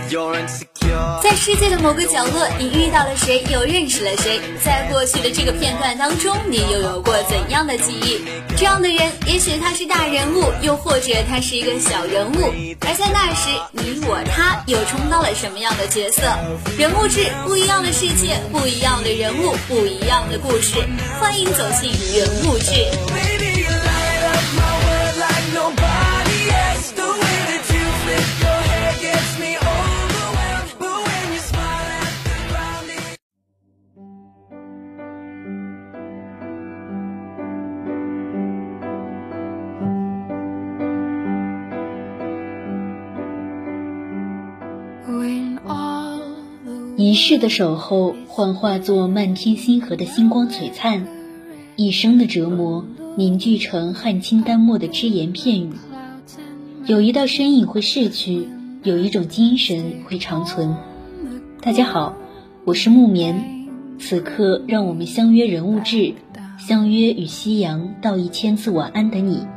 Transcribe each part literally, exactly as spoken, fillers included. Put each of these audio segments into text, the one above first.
在世界的某个角落，你遇到了谁，又认识了谁？在过去的这个片段当中，你又有过怎样的记忆？这样的人，也许他是大人物，又或者他是一个小人物。而在那时，你我他又充当了什么样的角色？人物志，不一样的世界，不一样的人物，不一样的故事。欢迎走进人物志。 一世的守候幻化作漫天星河的星光璀璨，一生的折磨凝聚成汉清淡漠的只言片语。有一道身影会逝去，有一种精神会长存。大家好，我是木棉，此刻让我们相约人物志，相约与夕阳道一千次晚安的你。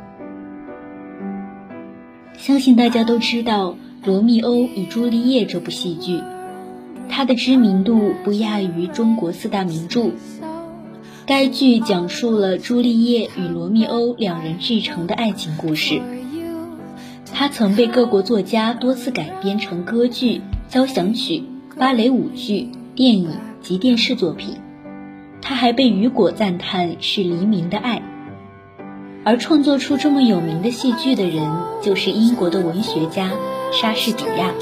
相信大家都知道《罗密欧与朱丽叶》这部戏剧，它的知名度不亚于中国四大名著。该剧讲述了朱丽叶与罗密欧两人至诚的爱情故事。它曾被各国作家多次改编成歌剧、交响曲、芭蕾舞剧、电影及电视作品。它还被雨果赞叹是黎明的爱。而创作出这么有名的戏剧的人，就是英国的文学家莎士比亚。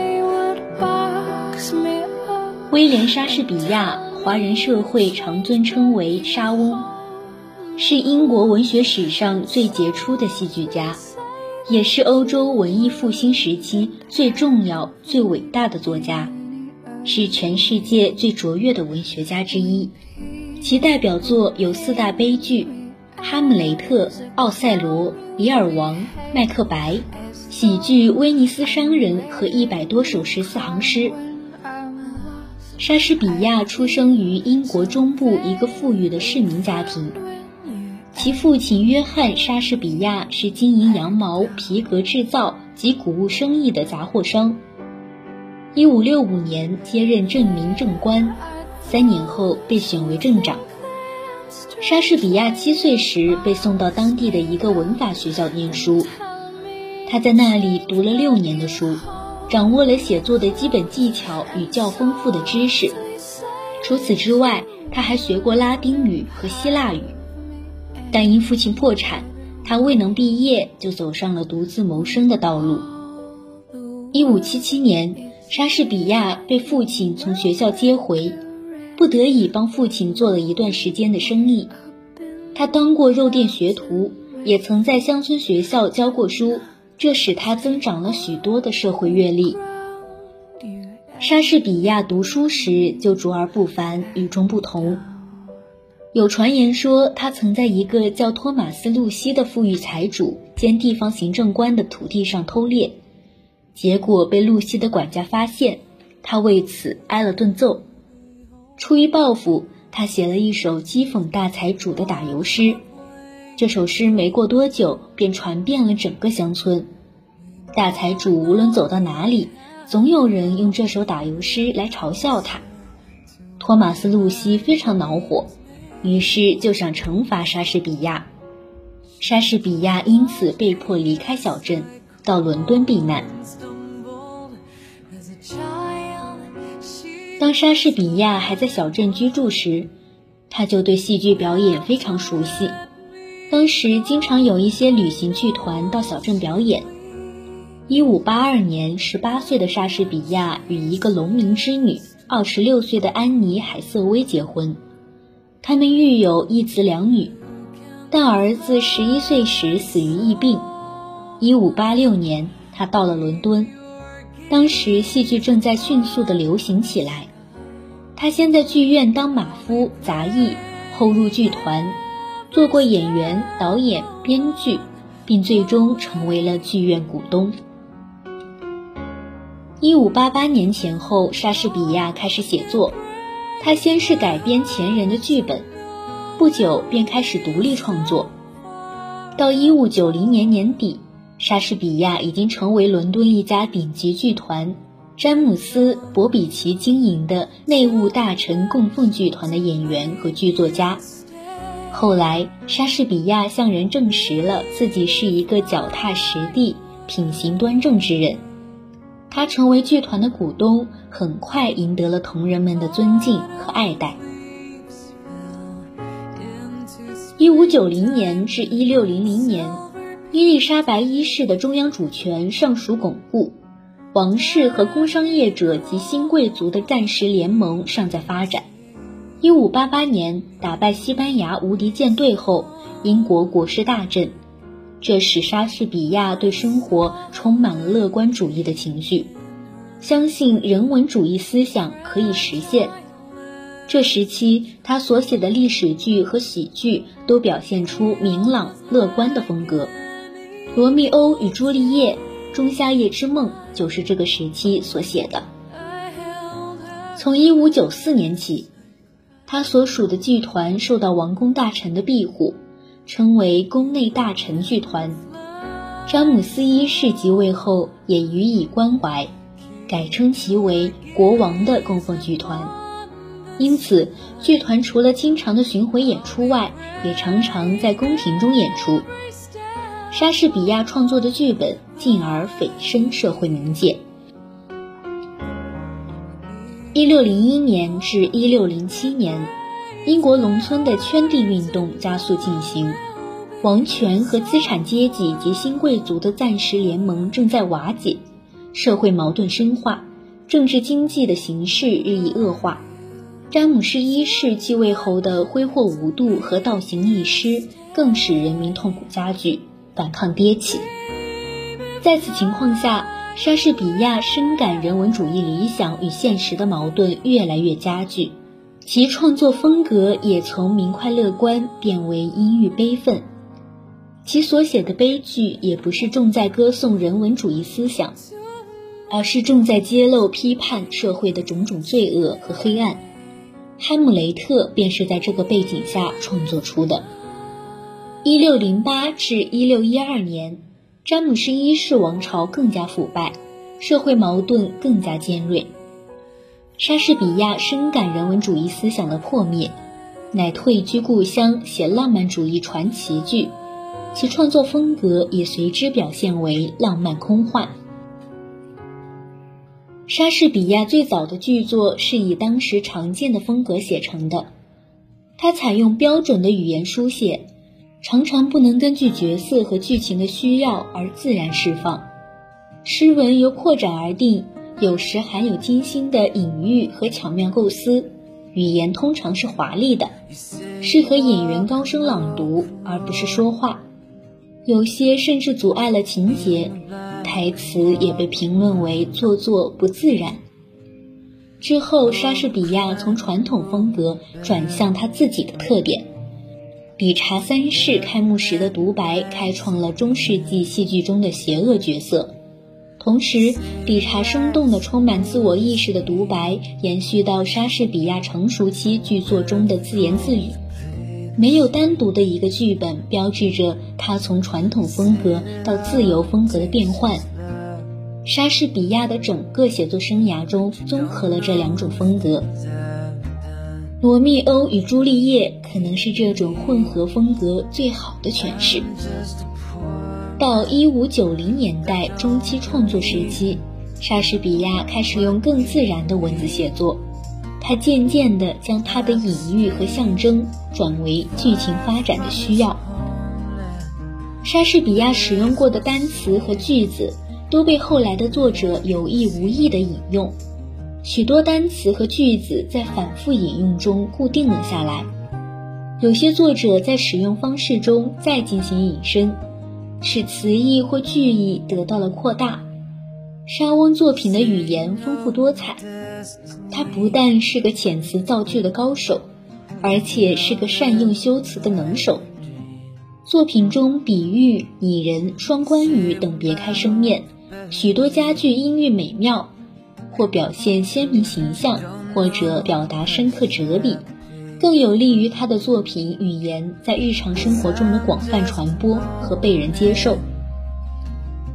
威廉·莎士比亚，华人社会常尊称为莎翁，是英国文学史上最杰出的戏剧家，也是欧洲文艺复兴时期最重要、最伟大的作家，是全世界最卓越的文学家之一。其代表作有四大悲剧：哈姆雷特、奥赛罗、李尔王、麦克白，喜剧《威尼斯商人》和一百多首十四行诗。莎士比亚出生于英国中部一个富裕的市民家庭，其父亲约翰·莎士比亚是经营羊毛、皮革制造及谷物生意的杂货商。一五六五年接任正名正官，三年后被选为镇长。莎士比亚七岁时被送到当地的一个文法学校念书，他在那里读了六年的书，掌握了写作的基本技巧与较丰富的知识。除此之外，他还学过拉丁语和希腊语。但因父亲破产，他未能毕业，就走上了独自谋生的道路。一五七七年，莎士比亚被父亲从学校接回，不得已帮父亲做了一段时间的生意。他当过肉店学徒，也曾在乡村学校教过书，这使他增长了许多的社会阅历。莎士比亚读书时就卓而不凡，与众不同。有传言说，他曾在一个叫托马斯·露西的富裕财主兼地方行政官的土地上偷猎，结果被露西的管家发现，他为此挨了顿揍。出于报复，他写了一首讥讽大财主的打油诗。这首诗没过多久便传遍了整个乡村，大财主无论走到哪里，总有人用这首打油诗来嘲笑他。托马斯·露西非常恼火，于是就想惩罚莎士比亚。莎士比亚因此被迫离开小镇，到伦敦避难。当莎士比亚还在小镇居住时，他就对戏剧表演非常熟悉。当时经常有一些旅行剧团到小镇表演。一五八二年，十八岁的莎士比亚与一个农民之女，二十六岁的安妮·海瑟薇结婚。他们育有一子两女，但儿子十一岁时死于疫病。一五八六年，他到了伦敦，当时戏剧正在迅速地流行起来。他先在剧院当马夫、杂役，后入剧团，做过演员、导演、编剧，并最终成为了剧院股东。一五八八年前后，莎士比亚开始写作。他先是改编前人的剧本，不久便开始独立创作。到一五九零年年底，莎士比亚已经成为伦敦一家顶级剧团詹姆斯·博比奇经营的内务大臣供奉剧团的演员和剧作家。后来，莎士比亚向人证实了自己是一个脚踏实地、品行端正之人。他成为剧团的股东，很快赢得了同仁们的尊敬和爱戴。一五九零年至一六零零年，伊丽莎白一世的中央主权尚属巩固，王室和工商业者及新贵族的暂时联盟尚在发展。一五八八年打败西班牙无敌舰队后，英国国势大振，这使莎士比亚对生活充满了乐观主义的情绪，相信人文主义思想可以实现。这时期他所写的历史剧和喜剧都表现出明朗乐观的风格。罗密欧与朱丽叶、仲夏夜之梦就是这个时期所写的。从一五九四年起，他所属的剧团受到王公大臣的庇护，称为宫内大臣剧团。詹姆斯一世即位后也予以关怀，改称其为国王的供奉剧团。因此，剧团除了经常的巡回演出外，也常常在宫廷中演出。莎士比亚创作的剧本进而蜚声社会冥界。一六零一年至一六零七年，英国农村的圈地运动加速进行，王权和资产阶级及新贵族的暂时联盟正在瓦解，社会矛盾深化，政治经济的形势日益恶化。詹姆士一世继位后的挥霍无度和倒行逆施，更使人民痛苦加剧，反抗迭起。在此情况下，莎士比亚深感人文主义理想与现实的矛盾越来越加剧，其创作风格也从明快乐观变为阴郁悲愤。其所写的悲剧也不是重在歌颂人文主义思想，而是重在揭露批判社会的种种罪恶和黑暗。哈姆雷特便是在这个背景下创作出的。一六零八至一六一二年，詹姆士一世王朝更加腐败，社会矛盾更加尖锐。莎士比亚深感人文主义思想的破灭，乃退居故乡写浪漫主义传奇剧，其创作风格也随之表现为浪漫空幻。莎士比亚最早的剧作是以当时常见的风格写成的，他采用标准的语言书写，常常不能根据角色和剧情的需要而自然释放。诗文由扩展而定，有时含有精心的隐喻和巧妙构思，语言通常是华丽的，适合演员高声朗读而不是说话，有些甚至阻碍了情节，台词也被评论为做作不自然。之后，莎士比亚从传统风格转向他自己的特点。理查三世开幕时的独白开创了中世纪戏剧中的邪恶角色，同时理查生动的充满自我意识的独白延续到莎士比亚成熟期剧作中的自言自语。没有单独的一个剧本标志着他从传统风格到自由风格的变换。莎士比亚的整个写作生涯中综合了这两种风格。罗密欧与朱丽叶可能是这种混合风格最好的诠释。到一五九零年代中期创作时期，莎士比亚开始用更自然的文字写作，他渐渐地将他的隐喻和象征转为剧情发展的需要。莎士比亚使用过的单词和句子都被后来的作者有意无意地引用，许多单词和句子在反复引用中固定了下来，有些作者在使用方式中再进行引申，使词义或句意得到了扩大。莎翁作品的语言丰富多彩，他不但是个遣词造句的高手，而且是个善用修辞的能手。作品中比喻、拟人、双关语等别开生面，许多佳句音韵美妙，或表现鲜明形象，或者表达深刻哲理，更有利于他的作品语言在日常生活中的广泛传播和被人接受。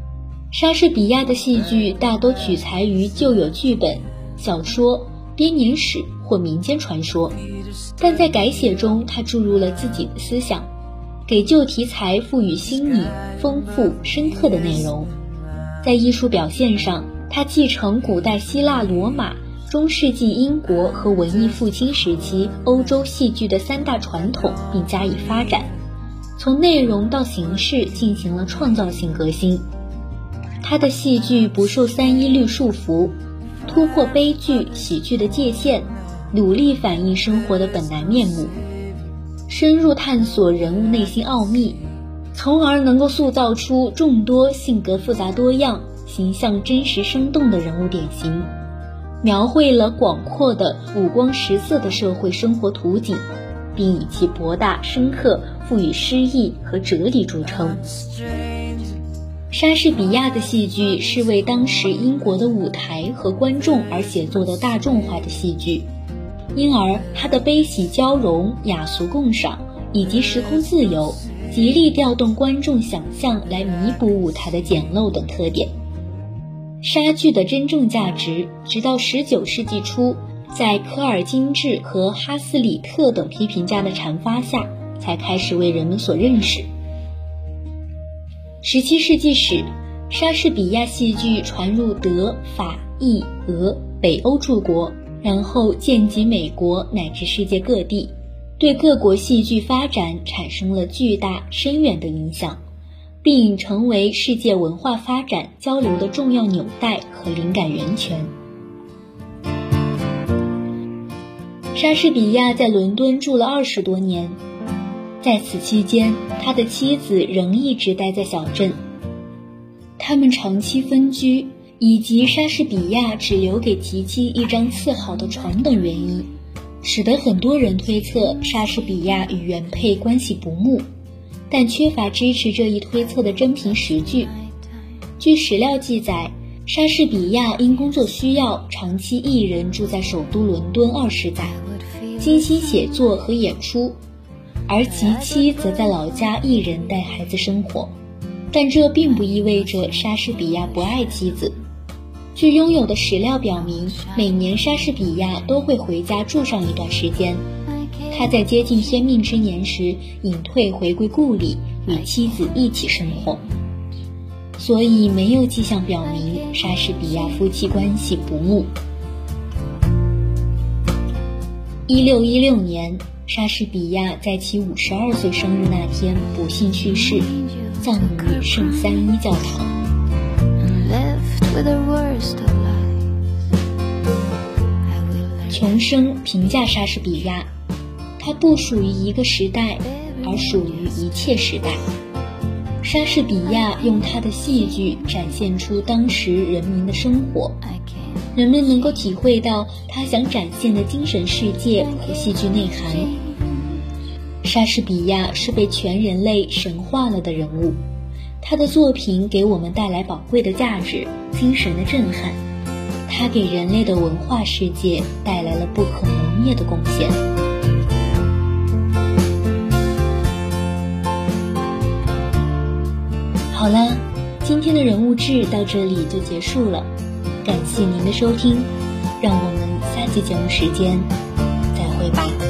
莎士比亚的戏剧大多取材于旧有剧本、小说、编年史或民间传说，但在改写中他注入了自己的思想，给旧题材赋予新颖、丰富、深刻的内容。在艺术表现上，他继承古代希腊、罗马、中世纪英国和文艺复兴时期欧洲戏剧的三大传统，并加以发展，从内容到形式进行了创造性革新。他的戏剧不受三一律束缚，突破悲剧、喜剧的界限，努力反映生活的本来面目，深入探索人物内心奥秘，从而能够塑造出众多性格复杂多样、形象真实生动的人物典型，描绘了广阔的五光十色的社会生活图景，并以其博大深刻、富于诗意和哲理著称。莎士比亚的戏剧是为当时英国的舞台和观众而写作的大众化的戏剧，因而他的悲喜交融、雅俗共赏以及时空自由，极力调动观众想象来弥补舞台的简陋等特点。莎剧的真正价值，直到十九世纪初，在科尔金治和哈斯里特等批评家的阐发下，才开始为人们所认识。十七世纪时，莎士比亚戏剧传入德、法、意、俄、北欧诸国，然后渐及美国乃至世界各地，对各国戏剧发展产生了巨大深远的影响，并成为世界文化发展交流的重要纽带和灵感源泉。莎士比亚在伦敦住了二十多年，在此期间，他的妻子仍一直待在小镇。他们长期分居，以及莎士比亚只留给其妻一张次好的床等原因，使得很多人推测莎士比亚与原配关系不睦，但缺乏支持这一推测的真凭实据。据史料记载，莎士比亚因工作需要长期一人住在首都伦敦二十载，精心写作和演出，而其妻则在老家一人带孩子生活。但这并不意味着莎士比亚不爱妻子。据拥有的史料表明，每年莎士比亚都会回家住上一段时间。他在接近天命之年时隐退回归故里，与妻子一起生活。所以没有迹象表明莎士比亚夫妻关系不睦。一六一六年，莎士比亚在其五十二岁生日那天不幸去世，葬于圣三一教堂。琼生评价莎士比亚，他不属于一个时代，而属于一切时代。莎士比亚用他的戏剧展现出当时人民的生活，人们能够体会到他想展现的精神世界和戏剧内涵。莎士比亚是被全人类神化了的人物，他的作品给我们带来宝贵的价值、精神的震撼，他给人类的文化世界带来了不可磨灭的贡献。好了，今天的人物志到这里就结束了，感谢您的收听，让我们下期节目时间再会吧。